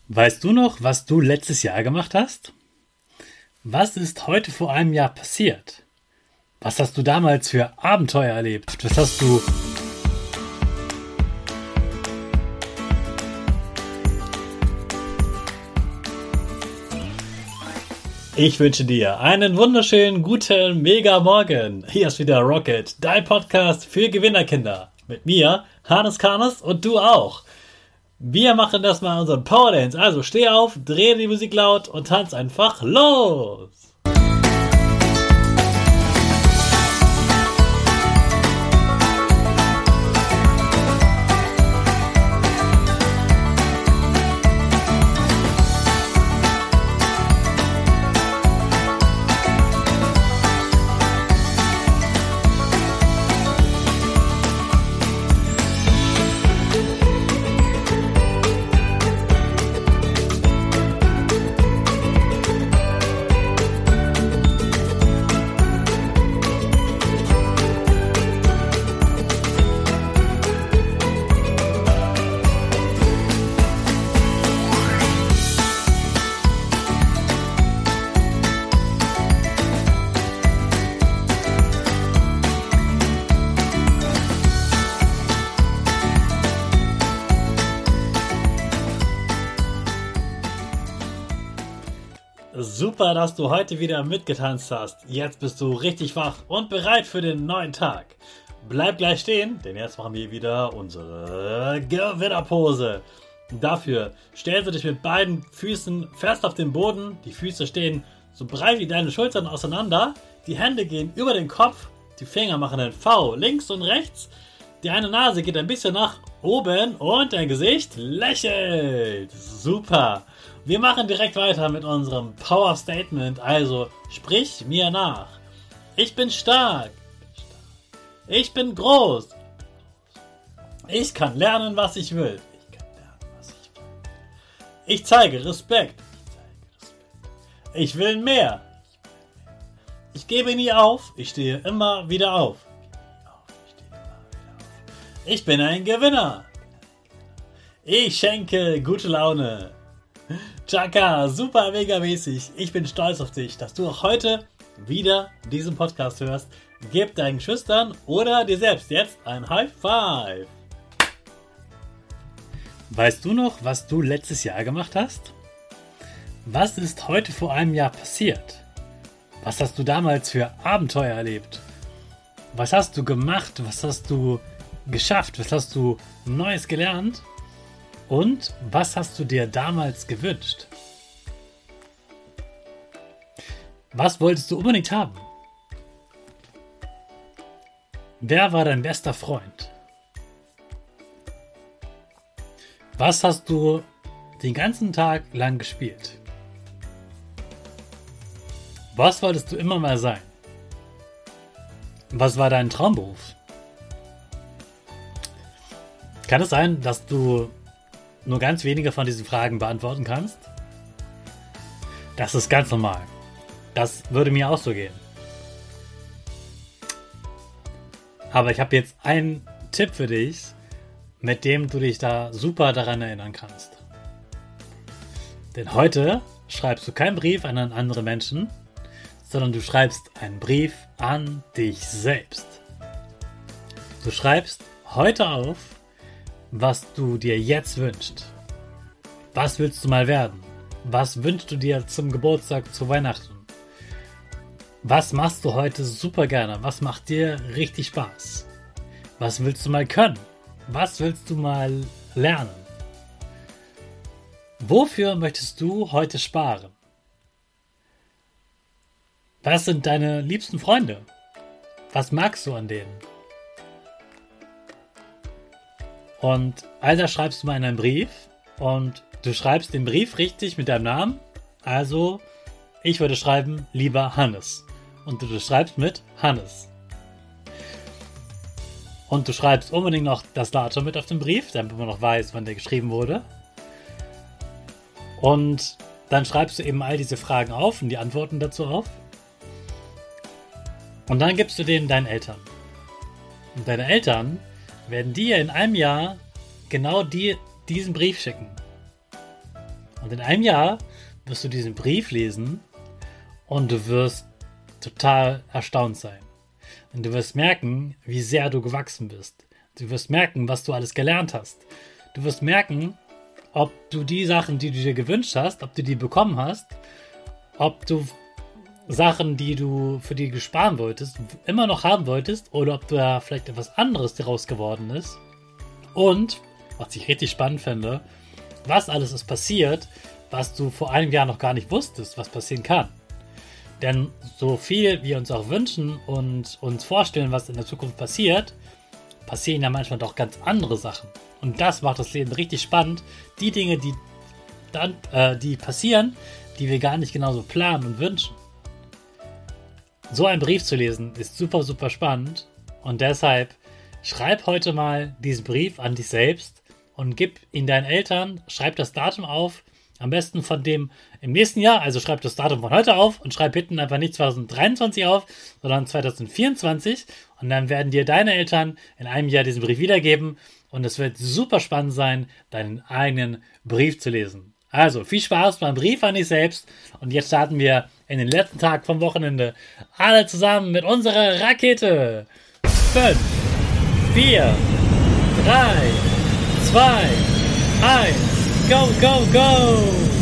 Weißt du noch, was du letztes Jahr gemacht hast? Was ist heute vor einem Jahr passiert? Was hast du damals für Abenteuer erlebt? Was hast du... Ich wünsche dir einen wunderschönen, guten, mega Morgen. Hier ist wieder Rocket, dein Podcast für Gewinnerkinder. Mit mir, Hannes Karnes und du auch. Wir machen das mal unseren Power Dance. Also steh auf, dreh die Musik laut und tanz einfach los. Super, dass du heute wieder mitgetanzt hast. Jetzt bist du richtig wach und bereit für den neuen Tag. Bleib gleich stehen, denn jetzt machen wir wieder unsere Gewinnerpose. Dafür stellst du dich mit beiden Füßen fest auf den Boden. Die Füße stehen so breit wie deine Schultern auseinander. Die Hände gehen über den Kopf. Die Finger machen ein V links und rechts. Die eine Nase geht ein bisschen nach oben und dein Gesicht lächelt. Super. Wir machen direkt weiter mit unserem Power Statement. Also sprich mir nach. Ich bin stark. Ich bin groß. Ich kann lernen, was ich will. Ich zeige Respekt. Ich will mehr. Ich gebe nie auf. Ich stehe immer wieder auf. Ich bin ein Gewinner. Ich schenke gute Laune. Chaka, super mega mäßig. Ich bin stolz auf dich, dass du auch heute wieder diesen Podcast hörst. Gib deinen Geschwistern oder dir selbst jetzt ein High Five. Weißt du noch, was du letztes Jahr gemacht hast? Was ist heute vor einem Jahr passiert? Was hast du damals für Abenteuer erlebt? Was hast du gemacht? Was hast du geschafft? Was hast du Neues gelernt? Und was hast du dir damals gewünscht? Was wolltest du unbedingt haben? Wer war dein bester Freund? Was hast du den ganzen Tag lang gespielt? Was wolltest du immer mal sein? Was war dein Traumberuf? Kann es sein, dass du nur ganz wenige von diesen Fragen beantworten kannst? Das ist ganz normal. Das würde mir auch so gehen. Aber ich habe jetzt einen Tipp für dich, mit dem du dich da super daran erinnern kannst. Denn heute schreibst du keinen Brief an andere Menschen, sondern du schreibst einen Brief an dich selbst. Du schreibst heute auf, was du dir jetzt wünschst. Was willst du mal werden? Was wünschst du dir zum Geburtstag, zu Weihnachten? Was machst du heute super gerne? Was macht dir richtig Spaß? Was willst du mal können? Was willst du mal lernen? Wofür möchtest du heute sparen? Was sind deine liebsten Freunde? Was magst du an denen? Und all das schreibst du mal in einen Brief und du schreibst den Brief richtig mit deinem Namen. Also, ich würde schreiben, lieber Hannes. Und du schreibst mit Hannes. Und du schreibst unbedingt noch das Datum mit auf den Brief, damit man noch weiß, wann der geschrieben wurde. Und dann schreibst du eben all diese Fragen auf und die Antworten dazu auf. Und dann gibst du denen deinen Eltern. Und deine Eltern werden dir in einem Jahr genau diesen Brief schicken. Und in einem Jahr wirst du diesen Brief lesen und du wirst total erstaunt sein. Und du wirst merken, wie sehr du gewachsen bist. Du wirst merken, was du alles gelernt hast. Du wirst merken, ob du die Sachen, die du dir gewünscht hast, ob du die bekommen hast, ob du Sachen, für die du sparen wolltest, immer noch haben wolltest oder ob da vielleicht etwas anderes daraus geworden ist. Und, was ich richtig spannend finde, was alles ist passiert, was du vor einem Jahr noch gar nicht wusstest, was passieren kann. Denn so viel wir uns auch wünschen und uns vorstellen, was in der Zukunft passiert, passieren ja manchmal doch ganz andere Sachen. Und das macht das Leben richtig spannend. Die Dinge, die passieren, die wir gar nicht genauso planen und wünschen. So einen Brief zu lesen ist super, super spannend. Und deshalb schreib heute mal diesen Brief an dich selbst und gib ihn deinen Eltern, schreib das Datum auf, am besten von dem im nächsten Jahr, also schreib das Datum von heute auf und schreib hinten einfach nicht 2023 auf, sondern 2024 und dann werden dir deine Eltern in einem Jahr diesen Brief wiedergeben und es wird super spannend sein, deinen eigenen Brief zu lesen. Also viel Spaß beim Brief an dich selbst und jetzt starten wir in den letzten Tag vom Wochenende alle zusammen mit unserer Rakete. 5, 4, 3, 2, 1, go, go, go!